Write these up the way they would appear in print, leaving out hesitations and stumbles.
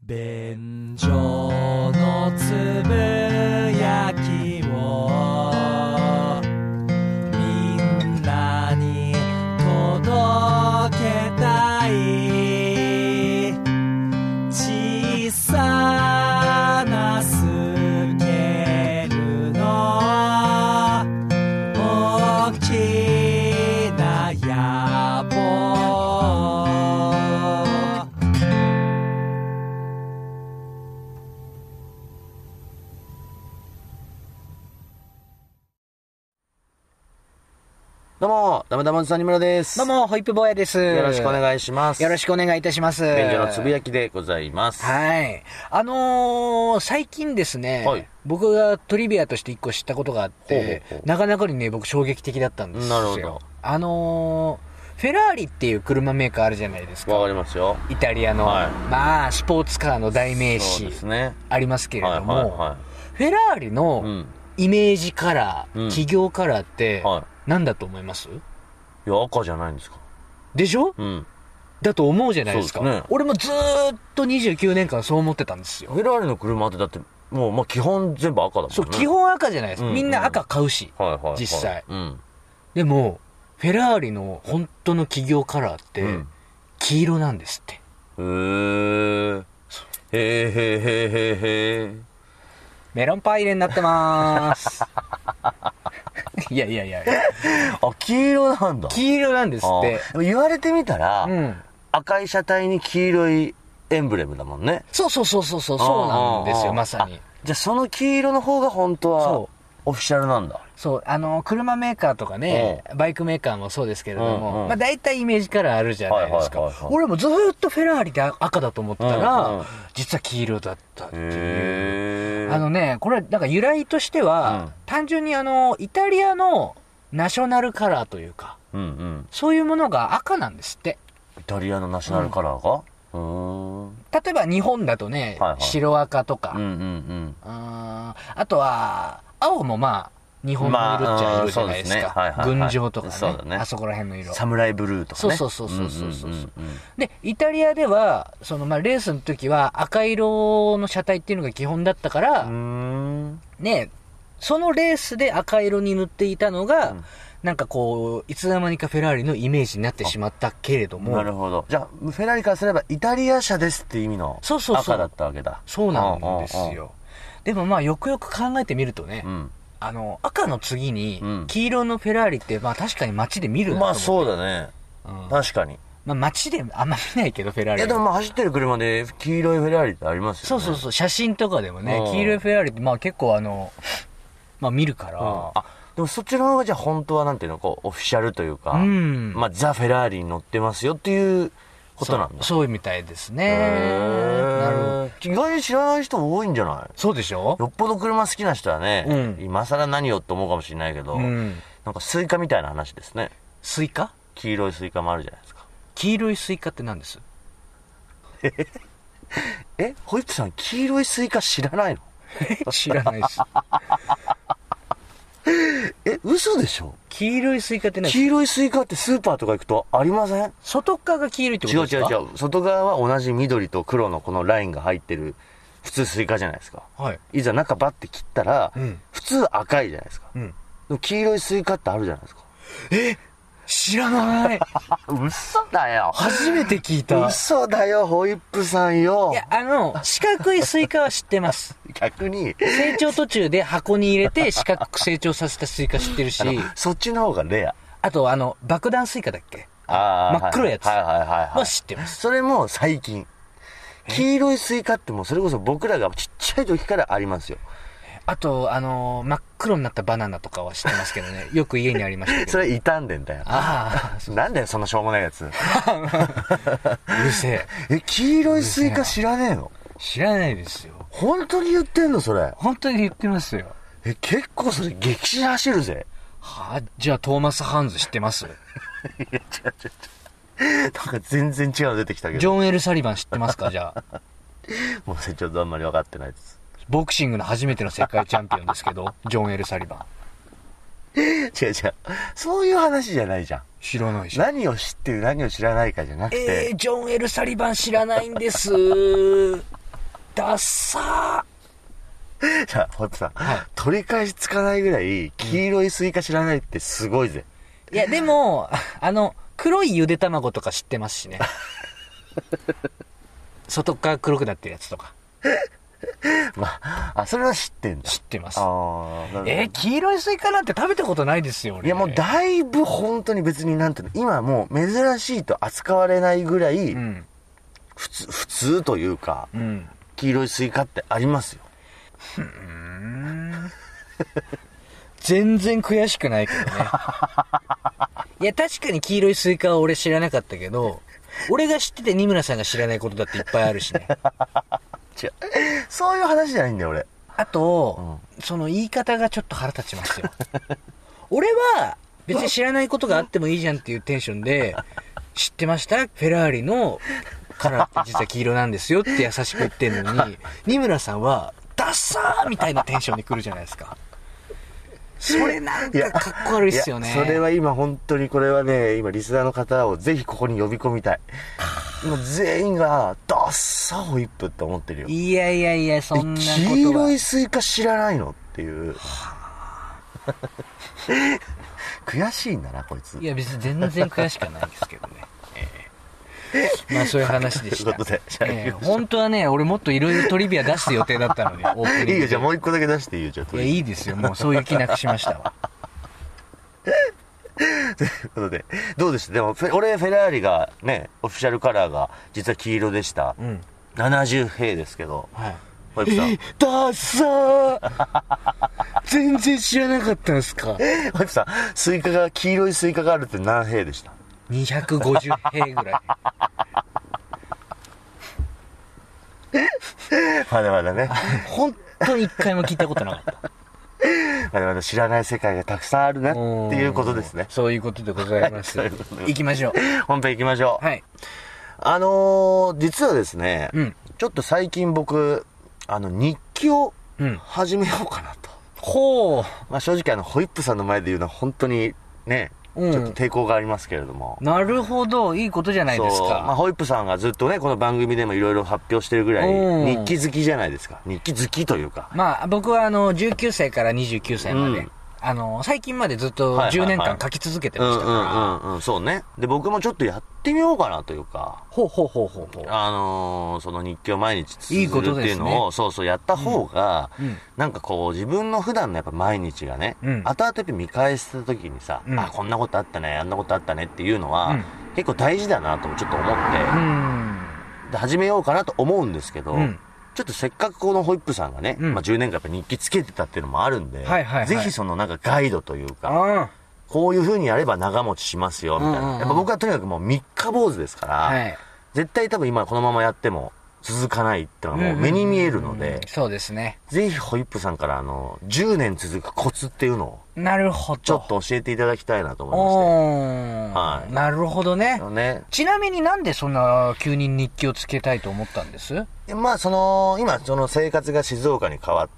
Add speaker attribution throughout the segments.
Speaker 1: 便所のつぶやきをみんなに届けたい小さなスケールの大きな野望。
Speaker 2: どうも、ダメダメおじさんにむらです。
Speaker 3: どうも、ホイップ坊やです。
Speaker 2: よろしくお願いします。
Speaker 3: よろしくお願いいたします。
Speaker 2: 便所のつぶやきでございます。
Speaker 3: はい。最近ですね、
Speaker 2: はい、
Speaker 3: 僕がトリビアとして一個知ったことがあって、
Speaker 2: ほう
Speaker 3: なかなかにね、僕衝撃的だったんですよ。
Speaker 2: なるほど。
Speaker 3: フェラーリっていう車メーカーあるじゃないですか。
Speaker 2: わかりますよ。
Speaker 3: イタリアの、
Speaker 2: はい、
Speaker 3: まあ、スポーツカーの代名詞。
Speaker 2: そうですね。
Speaker 3: ありますけれども、
Speaker 2: はいはいはい、
Speaker 3: フェラーリのイメージカラー、企業カラーって、何だと思います？
Speaker 2: いや、赤じゃないんですか。
Speaker 3: でしょ？
Speaker 2: うん。
Speaker 3: だと思うじゃないですか。
Speaker 2: そうですね。
Speaker 3: 俺もずーっと29年間そう思ってたんですよ。
Speaker 2: フェラーリの車ってだって、もう、まあ、基本全部赤だもんね。
Speaker 3: そう、基本赤じゃないですか。みんな赤買うし。はいはいはい、実際。でも、フェラーリの本当の企業カラーって、黄色なんですって。
Speaker 2: へー。へーへーへーへーへー。
Speaker 3: メロンパイレになってまーす。いやいやいやいや。
Speaker 2: あ、黄色なんだ。
Speaker 3: 黄色なんですって。
Speaker 2: 言われてみたら、赤い車体に黄色いエンブレムだもんね。
Speaker 3: そうなんですよ、まさに。
Speaker 2: じゃあその黄色の方が本当はオフィシャルなんだ。
Speaker 3: そう、車メーカーとかね、バイクメーカーもそうですけれども、まあ大体イメージカラーあるじゃないですか。俺もずーっとフェラーリで赤だと思ってたら、実は黄色だったっていう。これなんか由来としては、単純にイタリアのナショナルカラーというか、そういうものが赤なんですって。
Speaker 2: イタリアのナショナルカラーが？
Speaker 3: 例えば日本だとね、白赤とか、あとは青もまあ日本の色っちゃ色じゃないですか。群青とかね、あそこら辺の色。
Speaker 2: サムライブルーとかね。
Speaker 3: そう。で、イタリアでは、レースの時は赤色の車体っていうのが基本だったから、ね、そのレースで赤色に塗っていたのが、なんかこう、いつの間にかフェラーリのイメージになってしまったけれども。
Speaker 2: なるほど。じゃあ、フェラーリからすればイタリア車ですって意味の赤だったわけだ。
Speaker 3: そうなんですよ。でもまあ、よくよく考えてみるとね、赤の次に、黄色のフェラーリって、まあ確かに街で見るなと思って。
Speaker 2: まあそうだね。確かに。
Speaker 3: まあ街であんま見ないけど、フェラーリ。
Speaker 2: いやでもまあ走ってる車で黄色いフェラーリってありますよね。
Speaker 3: そう。写真とかでもね、黄色いフェラーリってまあ結構まあ見るから。
Speaker 2: でもそっちの方がじゃあ本当はなんていうの、こう、オフィシャルというか、まあザ・フェラーリに乗ってますよっていうことなんだ。
Speaker 3: そうみたいですね。なるほど。
Speaker 2: 意外に知らない人多いんじゃない？
Speaker 3: そうでしょ？
Speaker 2: よっぽど車好きな人はね、今更何よって思うかもしれないけど、なんかスイカみたいな話ですね。
Speaker 3: スイカ？
Speaker 2: 黄色いスイカもあるじゃないですか。
Speaker 3: 黄色いスイカって何です？
Speaker 2: ホイップさん黄色いスイカ知らないの？
Speaker 3: 知らないです。
Speaker 2: 嘘でしょ？
Speaker 3: 黄色いスイカって何？
Speaker 2: 黄色いスイカってスーパーとか行くとありません？
Speaker 3: 外側が黄色いってことですか？
Speaker 2: 違う。外側は同じ緑と黒のこのラインが入ってる普通スイカじゃないですか。いざ中バッて切ったら、普通赤いじゃないですか。でも黄色いスイカってあるじゃないですか。
Speaker 3: 知らない。
Speaker 2: 嘘だよ。
Speaker 3: 初めて聞いた。
Speaker 2: 嘘だよ、ホイップさんよ。
Speaker 3: いや、四角いスイカは知ってます。
Speaker 2: 逆に。
Speaker 3: 成長途中で箱に入れて四角く成長させたスイカ知ってるし。
Speaker 2: そっちの方がレア。
Speaker 3: あと、爆弾スイカだっけ？真っ黒いやつ。は知ってます。
Speaker 2: それも最近。黄色いスイカってもうそれこそ僕らがちっちゃい時からありますよ。
Speaker 3: あと、真っ黒になったバナナとかは知ってますけどね。よく家にありましたけど。
Speaker 2: それ傷んでんだよ。なんだよ、そんなしょうもないやつ。う
Speaker 3: るせ
Speaker 2: え。黄色いスイカ知らねえの？
Speaker 3: 知らないですよ。
Speaker 2: 本当に言ってんのそれ？
Speaker 3: 本当に言ってますよ。
Speaker 2: 結構それ激震走るぜ。
Speaker 3: じゃあトーマス・ハンズ知ってます？
Speaker 2: いや、違う。なんか全然違うの出てきたけど。
Speaker 3: ジョン・エル・サリバン知ってますか？じゃあ。
Speaker 2: もうちょっとあんまり分かってないです。
Speaker 3: ボクシングの初めての世界チャンピオンですけど、ジョン・エル・サリバン。
Speaker 2: 違う。そういう話じゃないじゃん。
Speaker 3: 知らないでしょ。
Speaker 2: 何を知ってる何を知らないかじゃなくて。
Speaker 3: ジョン・エル・サリバン知らないんです。 ダッサ
Speaker 2: ー。じゃあ、ホイップさん、取り返しつかないぐらい、黄色いスイカ知らないってすごいぜ。
Speaker 3: いや、でも、黒いゆで卵とか知ってますしね。外側黒くなってるやつとか。
Speaker 2: まあ、それは知ってんだ。
Speaker 3: 知ってます。
Speaker 2: 黄
Speaker 3: 色いスイカなんて食べたことないですよ、俺。
Speaker 2: いや、もうだいぶ本当に別になんていうの、今もう珍しいと扱われないぐらい、普通というか、黄色いスイカってありますよ。
Speaker 3: 全然悔しくないけどね。いや、確かに黄色いスイカは俺知らなかったけど、俺が知ってて二村さんが知らないことだっていっぱいあるしね。
Speaker 2: 違う。そういう話じゃないんだよ、俺。
Speaker 3: あと、その言い方がちょっと腹立ちますよ。俺は別に知らないことがあってもいいじゃんっていうテンションで、知ってました？フェラーリのカラーって実は黄色なんですよって優しく言ってんのに、二村さんはダッサーみたいなテンションで来るじゃないですか。それなんかかっこ悪いっすよね。
Speaker 2: それは今本当にこれはね、今リスナーの方をぜひここに呼び込みたい。今全員がダッサホイップって思ってるよ。
Speaker 3: いやいやいや、そんなことは。
Speaker 2: 黄色いスイカ知らないのっていう。悔しいんだな、こいつ。
Speaker 3: いや別に全然悔しくはないですけどね。まあそういう話でした。
Speaker 2: ということで、
Speaker 3: 本当はね、俺もっといろいろトリビア出す予定だったのに。
Speaker 2: いいよ、じゃあもう一個だけ出していいよ、じゃあ。
Speaker 3: いや、いいですよ。もうそういう気なくしましたわ。
Speaker 2: ということで、どうでした？でも、俺、フェラーリがね、オフィシャルカラーが実は黄色でした。70平ですけど。ホイップさん。
Speaker 3: ダッサー全然知らなかったんですか？
Speaker 2: ホイップさん、黄色いスイカがあるって何平でした
Speaker 3: ？250平ぐらい。
Speaker 2: まだまだね。
Speaker 3: 本当に一回も聞いたことなかった。
Speaker 2: まだまだ知らない世界がたくさんあるなっていうことですね。
Speaker 3: そういうことでございます。行きましょう。
Speaker 2: 本編行きましょう。
Speaker 3: はい。
Speaker 2: 実はですね、ちょっと最近僕、日記を始めようかなと。
Speaker 3: ほう。
Speaker 2: まあ正直ホイップさんの前で言うのは本当にね、ちょっと抵抗がありますけれども。
Speaker 3: なるほど。いいことじゃないですか。
Speaker 2: まあ、ホイップさんがずっとね、この番組でもいろいろ発表してるぐらい、日記好きじゃないですか。日記好きというか。
Speaker 3: まあ、僕は19歳から29歳まで、最近までずっと10年間書き続けてましたから。
Speaker 2: そうね。で、僕もちょっとやってみようかなというか。
Speaker 3: そ
Speaker 2: の日記を毎日続けるっていうのを、そうそうやった方が、なんかこう、自分の普段のやっぱ毎日がね、後々やっぱ見返した時にさ、あ、こんなことあったね、あんなことあったねっていうのは、結構大事だなとちょっと思って、で、始めようかなと思うんですけど、ちょっとせっかくこのホイップさんがね、まあ10年間やっぱ日記つけてたっていうのもあるんで、ぜひそのなんかガイドというか、こういう風にやれば長持ちしますよ、みたいな。やっぱ僕はとにかくもう三日坊主ですから、絶対多分今このままやっても続かないっていうのはもう目に見えるので、
Speaker 3: そうですね。
Speaker 2: ぜひホイップさんから10年続くコツっていうのを、
Speaker 3: なるほど。
Speaker 2: ちょっと教えていただきたいなと思いまして。
Speaker 3: なるほどね。ちなみになんでそんな急に日記をつけたいと思ったんです？
Speaker 2: まあ今その生活が静岡に変わって、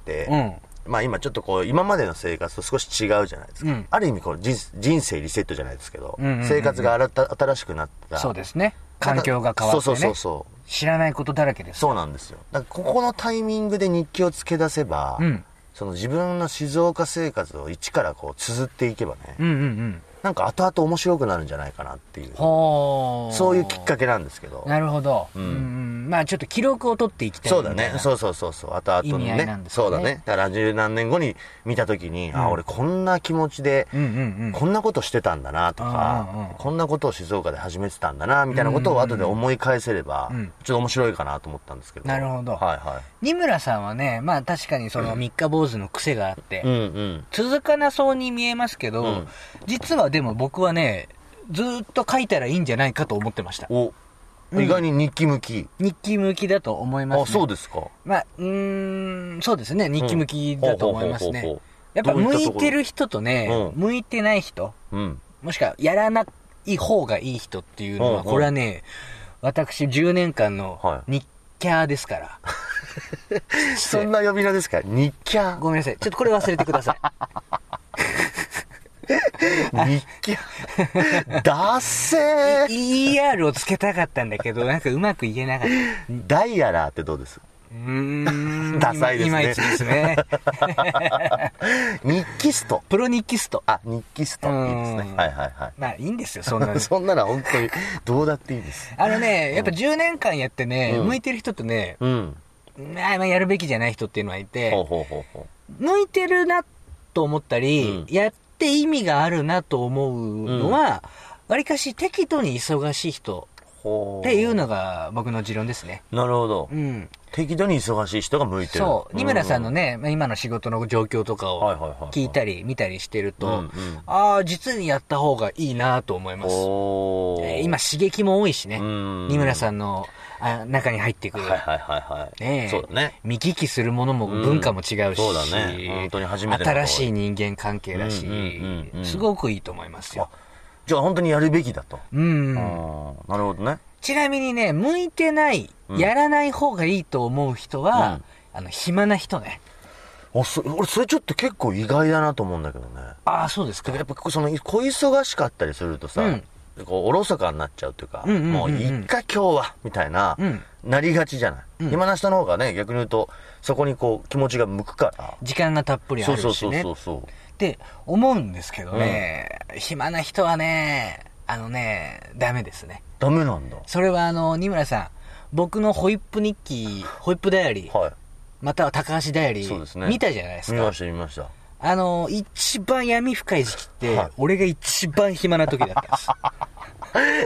Speaker 2: まあ今ちょっとこう今までの生活と少し違うじゃないですか。ある意味こう人生リセットじゃないですけど、生活が新しくなった。
Speaker 3: そうですね。環境が変わってね。そう知らないことだらけです。
Speaker 2: そうなんですよ。だからここのタイミングで日記をつけ出せば、その自分の静岡生活を一からこう綴っていけばね、なんか後々面白くなるんじゃないかなっていう、そういうきっかけなんですけど。
Speaker 3: なるほど。まあちょっと記録を取っていきたい。
Speaker 2: そうだね。そう。後々のね。そうだね。だから十何年後に見たときに、あ、俺こんな気持ちで、こんなことしてたんだなとか、こんなことを静岡で始めてたんだな、みたいなことを後で思い返せれば、ちょっと面白いかなと思ったんですけど。
Speaker 3: なるほど。二村さんはね、まあ確かにその三日坊主の癖があって、続かなそうに見えますけど、実はでも僕はね、ずっと書いたらいいんじゃないかと思ってました。
Speaker 2: 意外に日記向き。
Speaker 3: 日記向きだと思いますね。
Speaker 2: あ、そうですか。
Speaker 3: まあ、そうですね。日記向きだと思いますね。やっぱ向いてる人とね、向いてない人、もしくはやらない方がいい人っていうのは、これはね、私10年間の日キャーですから。
Speaker 2: そんな呼び名ですか？日キャー。
Speaker 3: ごめんなさい。ちょっとこれ忘れてください。
Speaker 2: 日記だっせー
Speaker 3: ER をつけたかったんだけど、なんかうまく言えなかった。
Speaker 2: ダイアラーってどうです？ ダサいですね。
Speaker 3: いまいちですね。
Speaker 2: 日記スト。
Speaker 3: プロ日記スト。
Speaker 2: あ、日記スト。いいですね。はいはいはい。
Speaker 3: まあいいんですよ、そんなの。
Speaker 2: そんなのは本当にどうだっていいです。
Speaker 3: やっぱ10年間やってね、向いてる人とね、まあやるべきじゃない人っていうのはいて、向いてるなと思ったり、やって意味があるなと思うのは、わりかし適度に忙しい人っていうのが僕の持論ですね。
Speaker 2: なるほど。適度に忙しい人が向いてる。
Speaker 3: そう。二村さんのね、今の仕事の状況とかを聞いたり見たりしてると、ああ、実にやった方がいいなと思います。今刺激も多いしね。二村さんの中に入ってくる。
Speaker 2: そうだね。
Speaker 3: 見聞きするものも文化も違うし、
Speaker 2: そうだね。本当に初めて
Speaker 3: 新しい人間関係だし、すごくいいと思いますよ。
Speaker 2: じゃあ本当にやるべきだと。なるほどね。
Speaker 3: ちなみにね、向いてない、やらない方がいいと思う人は、暇な人ね。
Speaker 2: 俺それちょっと結構意外だなと思うんだけどね。
Speaker 3: ああ、そうですか。
Speaker 2: やっぱ小忙しかったりするとさ、こうおろそかになっちゃうというか、もういっか今日はみたいな、なりがちじゃない。暇な人の方がね、逆に言うとそこにこう気持ちが向くから。
Speaker 3: 時間がたっぷりあるしね。って思うんですけどね、暇な人はね、ダメですね。
Speaker 2: ダメなんだ。
Speaker 3: それは二村さん、僕のホイップ日記、ホイップダイアリー、または高橋ダイアリー、見たじゃないですか。
Speaker 2: 見ました。
Speaker 3: 一番闇深い時期って、俺が一番暇な時だったんです。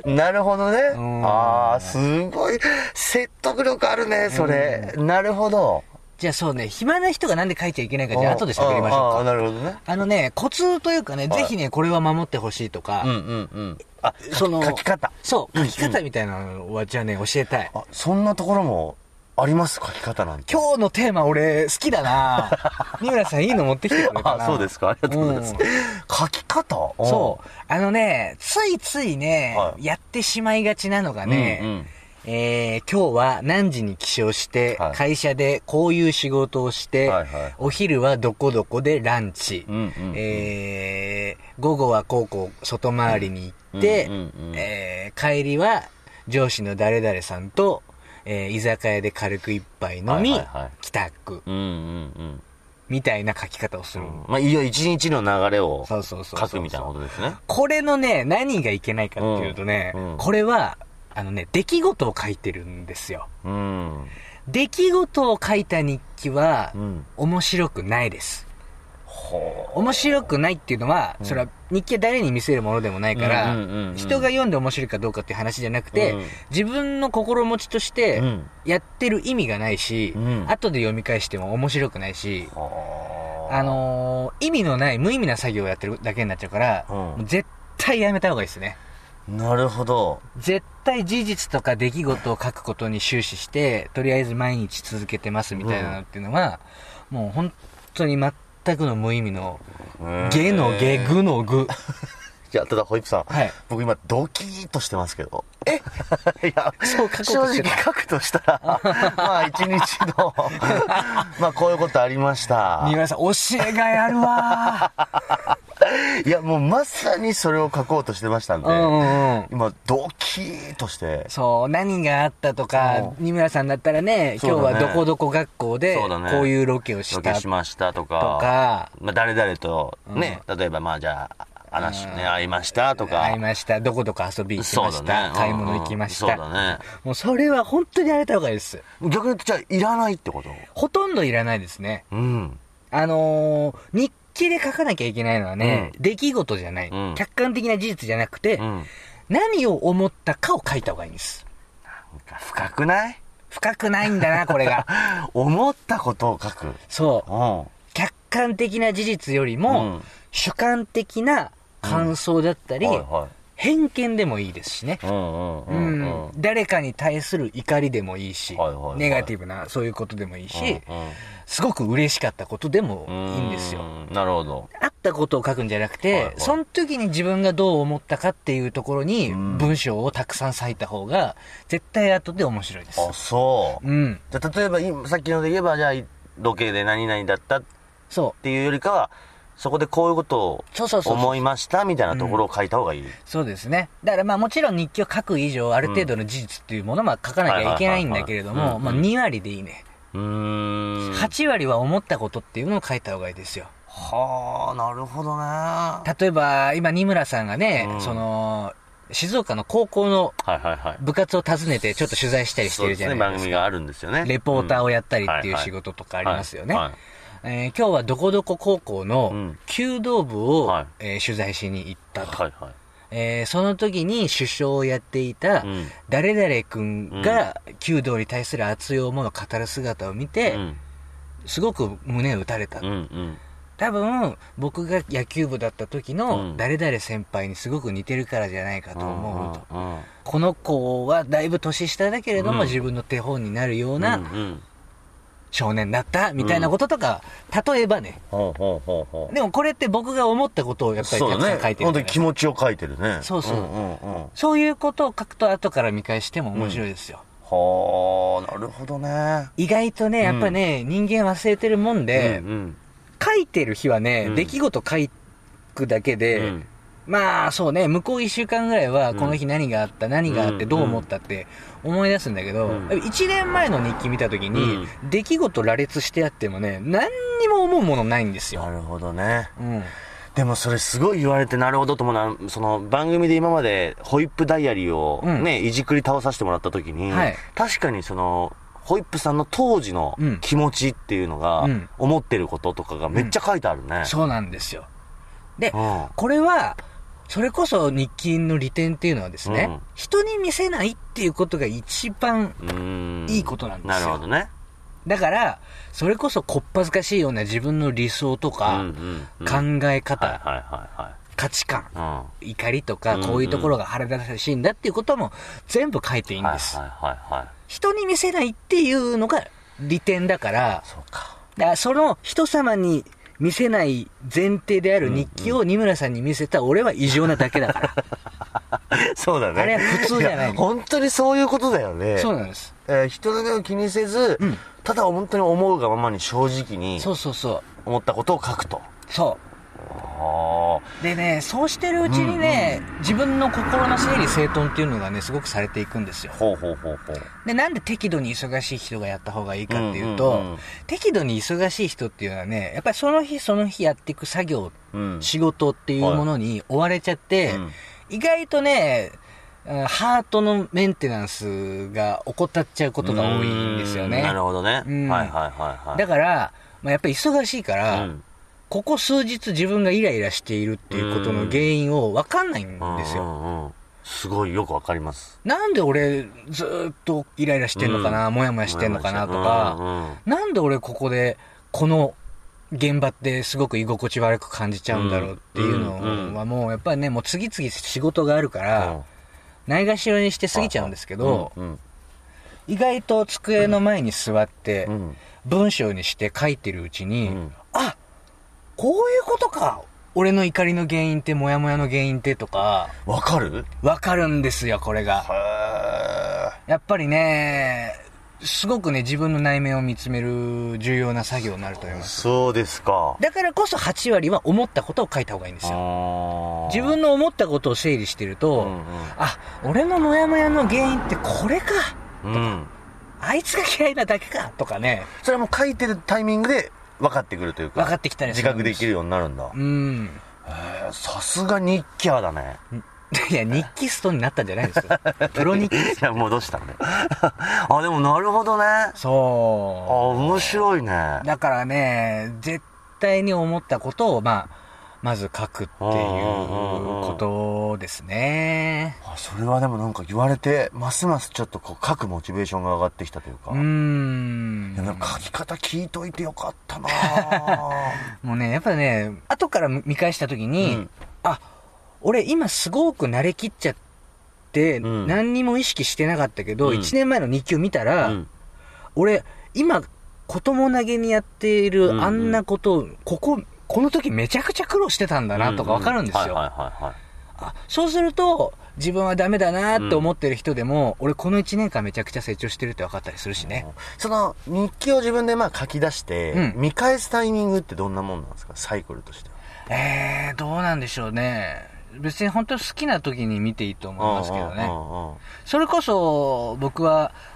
Speaker 2: なるほどね。ああ、すごい説得力あるね、それ。なるほど。
Speaker 3: じゃあそうね、暇な人がなんで書いちゃいけないか、じゃあ後で喋りましょうか。
Speaker 2: なるほどね。
Speaker 3: コツというかね、ぜひね、これは守ってほしいとか、
Speaker 2: 書き方。
Speaker 3: そう、書き方みたいなのは、じゃあね、教えたい。
Speaker 2: そんなところもあります、書き方なんて。
Speaker 3: 今日のテーマ俺好きだな三村さんいいの持ってきてくれたな。
Speaker 2: そうですか、ありがとうございます。書き方
Speaker 3: そう。ついついね、やってしまいがちなのがね、今日は何時に起床して、会社でこういう仕事をして、お昼はどこどこでランチ、午後はこう外回りに行って、帰りは上司の誰々さんと、居酒屋で軽く一杯飲み、帰宅。みたいな書き方をする。
Speaker 2: いよ一日の流れを書くみたいなことですね。
Speaker 3: これのね、何がいけないかっていうとね、これは、出来事を書いてるんですよ。出来事を書いた日記は、面白くないです。面白くないっていうのは、それは日記は誰に見せるものでもないから、人が読んで面白いかどうかっていう話じゃなくて、自分の心持ちとしてやってる意味がないし、後で読み返しても面白くないし、意味のない無意味な作業をやってるだけになっちゃうから、絶対やめた方がいいですね。
Speaker 2: なるほど。
Speaker 3: 絶対事実とか出来事を書くことに終始して、とりあえず毎日続けてますみたいなのっていうのは、もう本当に全くの無意味の、ゲのゲ、グのグ。
Speaker 2: いや、ただホイップさん、僕今ドキーッとしてますけど。いや、
Speaker 3: そう
Speaker 2: 正直書くとしたら、一日の、こういうことありました。
Speaker 3: 三村さん、教えがいあるわ
Speaker 2: いや、もうまさにそれを書こうとしてましたんで、今ドキーッとして。
Speaker 3: そう、何があったとか、二村さんだったらね、今日はどこどこ学校で、こういうロケをした。
Speaker 2: ロケしましたとか、誰々とね、例えばじゃあ、話ね、会いましたとか。
Speaker 3: 会いました。どこどこ遊び行きました。買い物行きました。そうだね。もうそれは本当にやめた方がいいです。
Speaker 2: 逆に言うとじゃあいらないってこと？
Speaker 3: ほとんどいらないですね。日記で書かなきゃいけないのはね、出来事じゃない。客観的な事実じゃなくて、何を思ったかを書いた方がいいんです。
Speaker 2: なんか深くない？
Speaker 3: 深くないんだな、これが。
Speaker 2: 思ったことを書く。
Speaker 3: そう。客観的な事実よりも、主観的な感想だったり、偏見でもいいですしね。誰かに対する怒りでもいいし、ネガティブなそういうことでもいいし、すごく嬉しかったことでもいいんですよ。
Speaker 2: なるほど。
Speaker 3: あったことを書くんじゃなくて、その時に自分がどう思ったかっていうところに文章をたくさん割いた方が絶対後で面白いです。
Speaker 2: あ、そう。じゃあ例えばさっきので言えばじゃあロケで何々だったっていうよりかは、そこでこういうことを思いましたみたいなところを書いた方がいい。
Speaker 3: そうですね。だからもちろん日記を書く以上ある程度の事実っていうものは書かなきゃいけないんだけれども、2割でいいね。 8割は思ったことっていうのを書いた方がいいですよ。
Speaker 2: はあ、なるほどね。
Speaker 3: 例えば、今、二村さんがね、静岡の高校の部活を訪ねてちょっと取材したりしてるじゃないですか。
Speaker 2: 番組があるんですよね。
Speaker 3: レポーターをやったりっていう仕事とかありますよね。今日はどこどこ高校の弓道部を、取材しに行ったと。その時に主将をやっていた誰々君が弓道に対する熱い思いを語る姿を見て、すごく胸を打たれた。多分僕が野球部だった時の誰々先輩にすごく似てるからじゃないかと思うと。この子はだいぶ年下だけれども自分の手本になるような少年だったみたいなこととか、例えばね。でもこれって僕が思ったことをやっぱりたくさん書いてる。
Speaker 2: 本当に気持ちを書いてるね。
Speaker 3: そうそう。そういうことを書くと後から見返しても面白いですよ。
Speaker 2: はあ、なるほどね。
Speaker 3: 意外とね、やっぱね、人間忘れてるもんで、書いてる日はね、出来事書くだけで、まあそうね、向こう1週間ぐらいはこの日何があった、何があってどう思ったって思い出すんだけど、1年前の日記見た時に、出来事羅列してあってもね、何にも思うものないんですよ。
Speaker 2: なるほどね。でもそれすごい言われてなるほどと思うのは、その番組で今までホイップダイアリーをね、いじくり倒させてもらった時に、確かにその、ホイップさんの当時の気持ちっていうのが、思ってることとかがめっちゃ書いてあるね。
Speaker 3: そうなんですよ。で、これは、それこそ日記の利点っていうのはですね、人に見せないっていうことが一番いいことなんですよ。
Speaker 2: なるほどね。
Speaker 3: だから、それこそこっぱずかしいような自分の理想とか、考え方、価値観、怒りとか、こういうところが腹立たしいんだっていうことも全部書いていいんです。人に見せないっていうのが利点だから、だからその人様に見せない前提である日記を二村さんに見せた俺は異常なだけだから。
Speaker 2: そうだね。
Speaker 3: あれは普通じゃない。
Speaker 2: 本当にそういうことだよね。
Speaker 3: そうなんです。
Speaker 2: 人の目を気にせず、ただ本当に思うがままに正直に、思ったことを書くと。
Speaker 3: そう。でね、そうしてるうちにね、自分の心の整理整頓っていうのがね、すごくされていくんですよ。で、なんで適度に忙しい人がやった方がいいかっていうと、適度に忙しい人っていうのはね、やっぱりその日その日やっていく作業、仕事っていうものに追われちゃって、意外とね、ハートのメンテナンスが怠っちゃうことが多いんですよね。
Speaker 2: なるほどね。
Speaker 3: だから、やっぱり忙しいから、ここ数日自分がイライラしているっていうことの原因を分かんないんですよ。
Speaker 2: すごいよく分かります。
Speaker 3: なんで俺ずっとイライラしてんのかな、もやもやしてんのかなとか、なんで俺ここでこの現場ってすごく居心地悪く感じちゃうんだろうっていうのはもうやっぱりね、もう次々仕事があるから、ないがしろにして過ぎちゃうんですけど、意外と机の前に座って文章にして書いてるうちに、あ、こういうことか、俺の怒りの原因ってモヤモヤの原因ってとか
Speaker 2: わかる
Speaker 3: んですよ、これが。やっぱりね、すごくね、自分の内面を見つめる重要な作業になると思います。
Speaker 2: そうですか。
Speaker 3: だからこそ8割は思ったことを書いた方がいいんですよ。自分の思ったことを整理してると、あ、俺のモヤモヤの原因ってこれかとか、あいつが嫌いなだけかとかね。
Speaker 2: それはもう書いてるタイミングで分かってくるというか、
Speaker 3: 分かってきたりする。
Speaker 2: 自覚できるようになるんだ。さすが日記ャーだね。
Speaker 3: いや、日記ストになったんじゃないですよ。プロ日記。い
Speaker 2: や、戻したね。あ、でもなるほどね。
Speaker 3: そう。
Speaker 2: あ、面白いね。
Speaker 3: だからね、絶対に思ったことを、まず書くっていうことですね。
Speaker 2: それはでもなんか言われて、ますますちょっとこう書くモチベーションが上がってきたというか。でも書き方聞いといてよかったな
Speaker 3: もうね、やっぱね、後から見返したときに、あ、俺今すごく慣れきっちゃって、何にも意識してなかったけど、1年前の日記を見たら、俺今、ことも投げにやっているあんなことを、この時めちゃくちゃ苦労してたんだなとかわかるんですよ。そうすると、自分はダメだなって思ってる人でも、俺この1年間めちゃくちゃ成長してるって分かったりするしね。
Speaker 2: その日記を自分で書き出して、見返すタイミングってどんなもんなんですか、サイクルとしては。
Speaker 3: どうなんでしょうね。別に本当に好きな時に見ていいと思いますけどね。それこそ僕は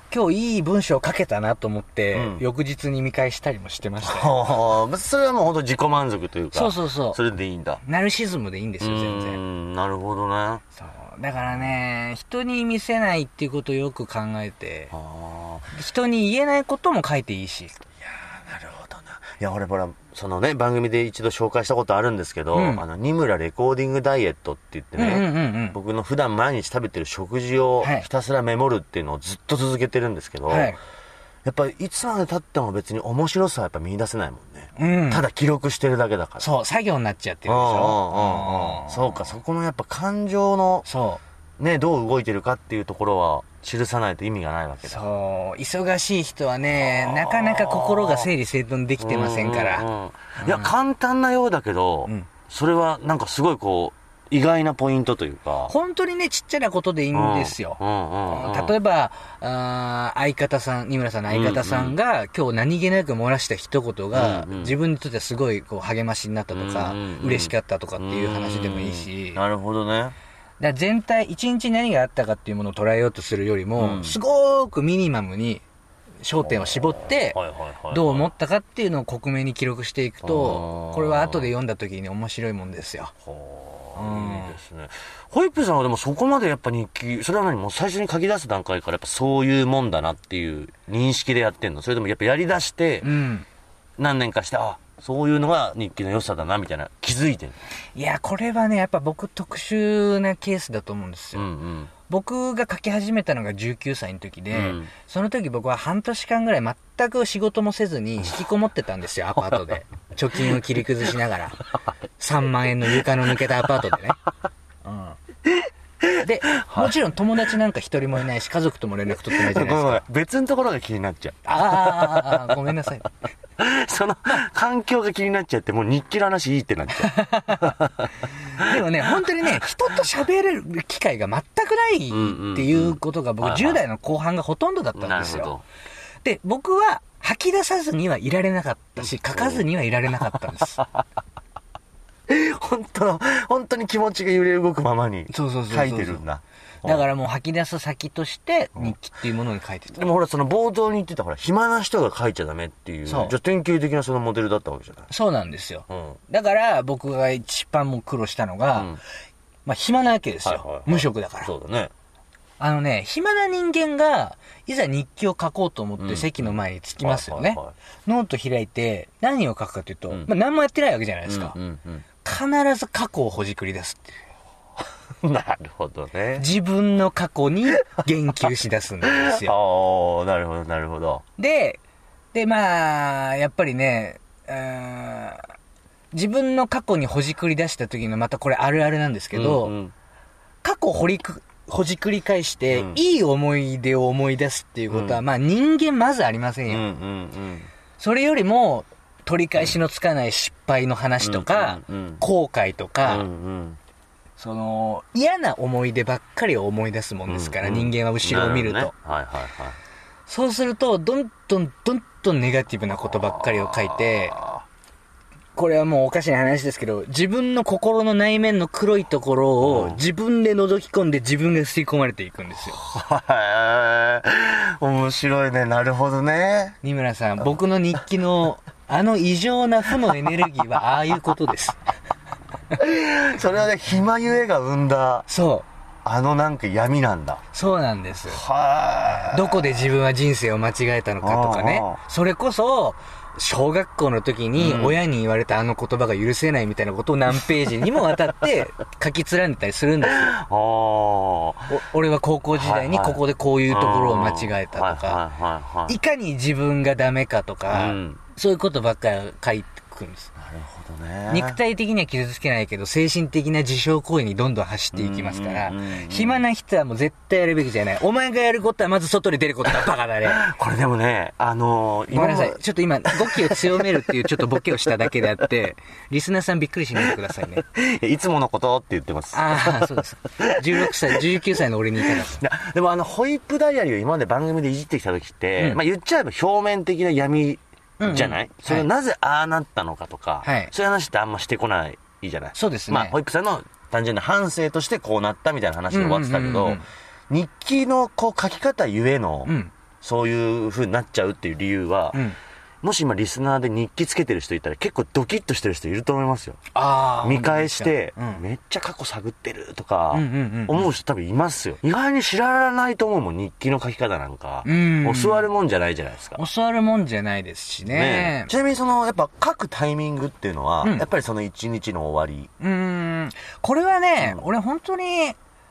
Speaker 3: 今日いい文章を書けたなと思って、翌日に見返したりもしてました
Speaker 2: よ。それはもう本当自己満足というか。
Speaker 3: そうそうそう。
Speaker 2: それでいいんだ。
Speaker 3: ナルシズムでいいんですよ、全然。
Speaker 2: なるほどね。
Speaker 3: そう。だからね、人に見せないっていうことをよく考えて、人に言えないことも書いていいし。いや
Speaker 2: ー、なるほどな。いや、俺ほら、そのね、番組で一度紹介したことあるんですけど、二村レコーディングダイエットって言ってね、僕の普段毎日食べてる食事をひたすらメモるっていうのをずっと続けてるんですけど、やっぱりいつまで経っても別に面白さはやっぱ見出せないもんね。ただ記録してるだけだから。
Speaker 3: そう、作業になっちゃってるでしょ。
Speaker 2: そうか、そこのやっぱ感情の、ね、どう動いてるかっていうところは記さないと意味がないわけだ。
Speaker 3: そう、忙しい人はね、なかなか心が整理整頓できてませんから。
Speaker 2: いや、簡単なようだけど、それはなんかすごいこう、意外なポイントというか。
Speaker 3: 本当にね、ちっちゃなことでいいんですよ。例えば、相方さん、二村さんの相方さんが、今日何気なく漏らした一言が、自分にとってはすごいこう励ましになったとか、嬉しかったとかっていう話でもいいし。
Speaker 2: なるほどね。
Speaker 3: だ全体、一日何があったかっていうものを捉えようとするよりも、すごくミニマムに焦点を絞って、どう思ったかっていうのを克明に記録していくと、これは後で読んだ時に面白いもんですよ。
Speaker 2: いいですね。ホイップさんはでもそこまでやっぱ日記、それは何もう最初に書き出す段階からやっぱそういうもんだなっていう認識でやってんの？それともやっぱやり出して、何年かして、そういうのが日記の良さだなみたいな気づいてる？
Speaker 3: いや、これはね、やっぱ僕特殊なケースだと思うんですよ。僕が書き始めたのが19歳の時で、その時僕は半年間ぐらい全く仕事もせずに引きこもってたんですよ、アパートで。貯金を切り崩しながら。3万円の床の抜けたアパートでね。で、もちろん友達なんか一人もいないし、家族とも連絡取ってないじゃないですか。
Speaker 2: 別のところが気になっち
Speaker 3: ゃう。ごめんなさい。
Speaker 2: その環境が気になっちゃって、もう日記の話いいってなっちゃ
Speaker 3: う。でもね、本当にね、人と喋れる機会が全くないっていうことが僕10代の後半がほとんどだったんですよ。で、僕は吐き出さずにはいられなかったし、書かずにはいられなかったんです。
Speaker 2: 本当に気持ちが揺れ動くままに書いてるんだ。
Speaker 3: だからもう吐き出す先として日記っていうものに書いてた。
Speaker 2: でもほら、その冒頭に言ってたほら、暇な人が書いちゃダメっていう、じゃあ典型的なそのモデルだったわけじゃない？
Speaker 3: そうなんですよ。だから僕が一番も苦労したのが、まあ暇なわけですよ。無職だから。
Speaker 2: そうだ
Speaker 3: ね。暇な人間が、いざ日記を書こうと思って席の前に着きますよね。ノート開いて、何を書くかというと、まあ何もやってないわけじゃないですか。必ず過去をほじくり出すっていう。
Speaker 2: なるほどね。
Speaker 3: 自分の過去に言及し出すんですよ。
Speaker 2: なるほど、なるほど。
Speaker 3: で、まあ、やっぱりね、自分の過去にほじくり出した時のまたこれあるあるなんですけど、過去ほじくり返して、いい思い出を思い出すっていうことは、まあ人間まずありませんよ。それよりも、取り返しのつかない失敗の話とか、後悔とか、その嫌な思い出ばっかりを思い出すもんですから、人間は後ろを見ると。そうすると、どんどんネガティブなことばっかりを書いて、これはもうおかしな話ですけど、自分の心の内面の黒いところを自分で覗き込んで自分が吸い込まれていくんですよ。
Speaker 2: 面白いね。なるほどね。
Speaker 3: 二村さん、僕の日記の異常な負のエネルギーはああいうことです。
Speaker 2: それはね、暇ゆえが生んだ。
Speaker 3: そう。
Speaker 2: なんか闇なんだ。
Speaker 3: そうなんです。どこで自分は人生を間違えたのかとかね。それこそ、小学校の時に親に言われた言葉が許せないみたいなことを何ページにもわたって書き連ねたりするんですよ。俺は高校時代にここでこういうところを間違えたとか、いかに自分がダメかとか、そういうことばっかり書いてくるんです。
Speaker 2: なるほどね。
Speaker 3: 肉体的には傷つけないけど、精神的な自傷行為にどんどん走っていきますから、暇な人はもう絶対やるべきじゃない。お前がやることはまず外に出ることだ、バカだね。
Speaker 2: これでもね、
Speaker 3: ごめんなさい。ちょっと今、語気を強めるっていうちょっとボケをしただけであって、リスナーさんびっくりしないでくださいね。
Speaker 2: いつものことって言ってます。
Speaker 4: そうです。19歳の俺にいたら。
Speaker 2: でもホイップダイアリーを今まで番組でいじってきた時って、まあ言っちゃえば表面的な闇、じゃない、それなぜああなったのかとか、そういう話ってあんましてこないじゃない。
Speaker 3: そうですね。
Speaker 2: まあ、ホイップさんの単純な反省としてこうなったみたいな話で終わってたけど、日記のこう書き方ゆえの、 そういう風になっちゃうっていう理由は、もし今リスナーで日記つけてる人いたら結構ドキッとしてる人いると思いますよ。見返して、めっちゃ過去探ってるとか、思う人多分いますよ。意外に知らないと思うもん、日記の書き方なんか。教わるもんじゃないじゃないですか。
Speaker 3: 教わるもんじゃないですしね。
Speaker 2: ちなみにやっぱ書くタイミングっていうのは、やっぱりその一日の終わり。
Speaker 3: これはね、俺本当に、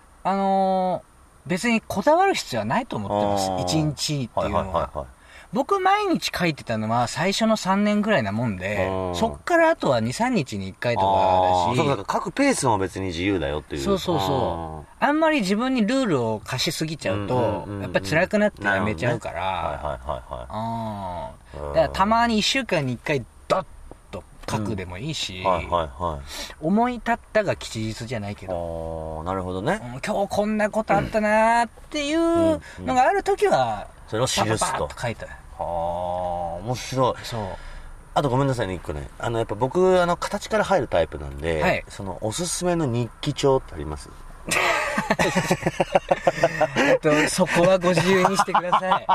Speaker 3: 別にこだわる必要はないと思ってます。一日っていうのは。僕毎日書いてたのは最初の3年ぐらいなもんで、そっからあとは2、3日に1回とかだし。
Speaker 2: そうか、書くペースも別に自由だよっていう。
Speaker 3: そう。あんまり自分にルールを課しすぎちゃうと、やっぱり辛くなってやめちゃうから。だからたまに1週間に1回ドッと書くでもいいし、思い立ったが吉日じゃないけど。
Speaker 2: なるほどね。
Speaker 3: 今日こんなことあったなーっていうのがあるときは、
Speaker 2: それを記すと。
Speaker 3: 書いた。
Speaker 2: 面白い。
Speaker 3: そう。
Speaker 2: あとごめんなさいね、一個ね。やっぱ僕、形から入るタイプなんで、
Speaker 3: はい、
Speaker 2: おすすめの日記帳ってあります？
Speaker 3: そこはご自由にしてください。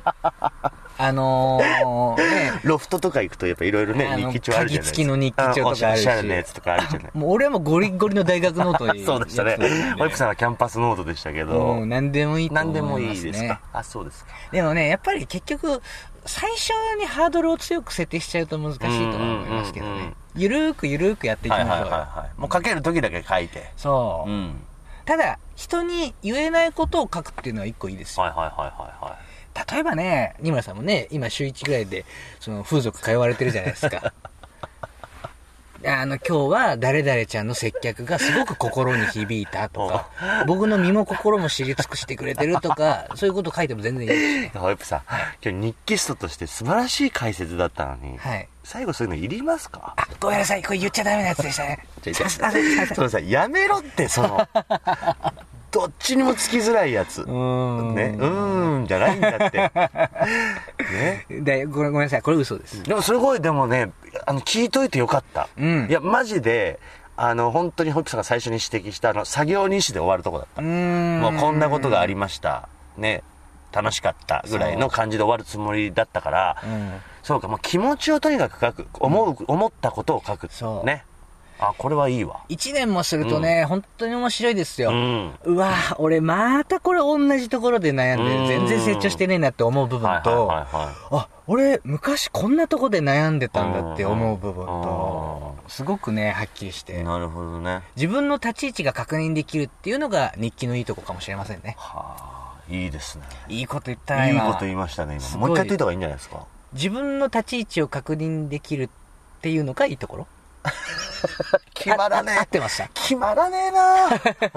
Speaker 2: ロフトとか行くとやっぱいろいろね、日記帳あるじゃないですか。鍵付き
Speaker 3: の日記帳とかあるし。
Speaker 2: おしゃれなやつとかあるじゃない。
Speaker 3: もう俺はもうゴリゴリの大学ノート
Speaker 2: そうでしたね。ホイップさんはキャンパスノートでしたけど。
Speaker 3: 何でもいいと思いますね。
Speaker 2: 何でもいいですか。あ、そうですか。
Speaker 3: でもね、やっぱり結局、最初にハードルを強く設定しちゃうと難しいと思いますけどね。ゆるーくやっていきましょう。
Speaker 2: もう書ける時だけ書いて。
Speaker 3: そう。ただ、人に言えないことを書くっていうのは一個いいですよ。例えばね、二村さんもね、今週1ぐらいで、風俗通われてるじゃないですか。今日は誰々ちゃんの接客がすごく心に響いたとか、僕の身も心も知り尽くしてくれてるとか、そういうこと書いても全然いいですね。
Speaker 2: ホイップさん、今日日記ストとして素晴らしい解説だったのに、最後そういうのいりますか？
Speaker 3: ごめんなさい、これ言っちゃダメなやつでしたね。
Speaker 2: そうさ、やめろってどっちにもつきづらいやつ。ね。じゃないんだって。
Speaker 3: ね。ごめんなさい、これ嘘です。
Speaker 2: でもすごい、でもね、聞いといてよかった。いや、マジで、本当にホイップさんが最初に指摘した、作業日誌で終わるとこだった。もうこんなことがありました。ね。楽しかったぐらいの感じで終わるつもりだったから、そうか、もう気持ちをとにかく書く。思ったことを書く。ね。これはいいわ。
Speaker 3: 1年もするとね、本当に面白いですよ。うわ俺またこれ同じところで悩んで、全然成長してねえなって思う部分と、俺昔こんなとこで悩んでたんだって思う部分と、すごくね、はっきりして。
Speaker 2: なるほどね。
Speaker 3: 自分の立ち位置が確認できるっていうのが日記のいいとこかもしれませんね。
Speaker 2: いいですね。
Speaker 3: いいこと言ったな、今。
Speaker 2: いいこと言いましたね、今。もう一回言っといた方がいいんじゃないですか。
Speaker 3: 自分の立ち位置を確認できるっていうのがいいところ。
Speaker 2: 決まらねえ。
Speaker 3: 合ってました。
Speaker 2: 決まらねえな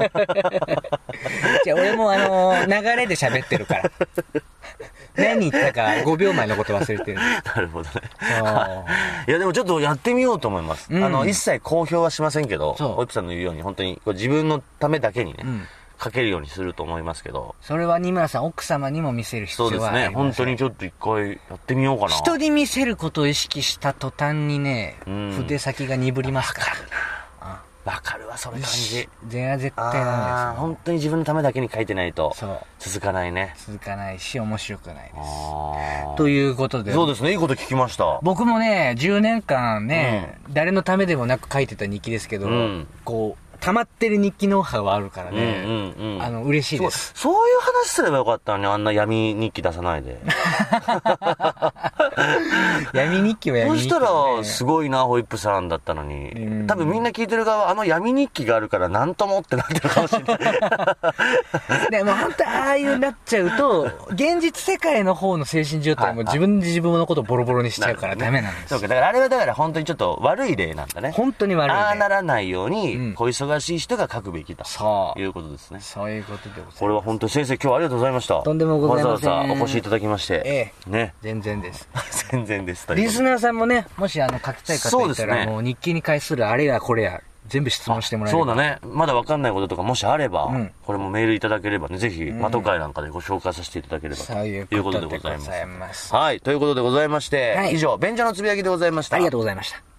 Speaker 3: じゃあ俺も流れで喋ってるから。何言ったか5秒前のこと忘れてる。
Speaker 2: なるほどね。いやでもちょっとやってみようと思います。一切公表はしませんけど、ホイップさんの言うように本当に自分のためだけにね、書けるようにすると思いますけど。
Speaker 3: それは二村さん、奥様にも見せる必要はありますね。
Speaker 2: そうですね。本当にちょっと一回やってみようかな。
Speaker 3: 人に見せることを意識した途端にね、筆先が鈍りますから。
Speaker 2: わかるわ、それ感じ。
Speaker 3: 絶対なんです。
Speaker 2: 本当に自分のためだけに書いてないと続かないね。
Speaker 3: 続かないし面白くないです。ということで。
Speaker 2: そうですね、いいこと聞きました。
Speaker 3: 僕もね、10年間ね、誰のためでもなく書いてた日記ですけど、こう溜まってる日記ノウハウはあるからね、嬉しいです。
Speaker 2: そういう話すればよかったのに、あんな闇日記出さないで。
Speaker 3: 闇日記は闇日記、
Speaker 2: そうしたらすごいな、ホイップさんだったのに。多分みんな聞いてる側は闇日記があるからなんともってなってるかもしれない。
Speaker 3: でも本当ああいうなっちゃうと、現実世界の方の精神状態も自分で自分のことをボロボロにしちゃうからダメなんです。
Speaker 2: そうか、だからあれはだから本当にちょっと悪い例なんだね。
Speaker 3: 本当に悪い例。
Speaker 2: ああならないように、こういう忙しい人が書くべきだということですね。
Speaker 3: そういうことでございます。
Speaker 2: これは本当に先生、今日はありがとうございました。
Speaker 3: とんでもございません。
Speaker 2: わざわざお越しいただきまして。ね。
Speaker 3: 全然です。
Speaker 2: 全然です。
Speaker 3: リスナーさんもね、もし書きたい方いたら、もう日記に関するあれやこれや、全部質問してもらえれば。
Speaker 2: そうだね。まだ分かんないこととかもしあれば、これもメールいただければね、ぜひ、後会なんかでご紹介させていただければということでございます。はい。ということでございまして、以上、便所のつぶやきでございました。
Speaker 3: ありがとうございました。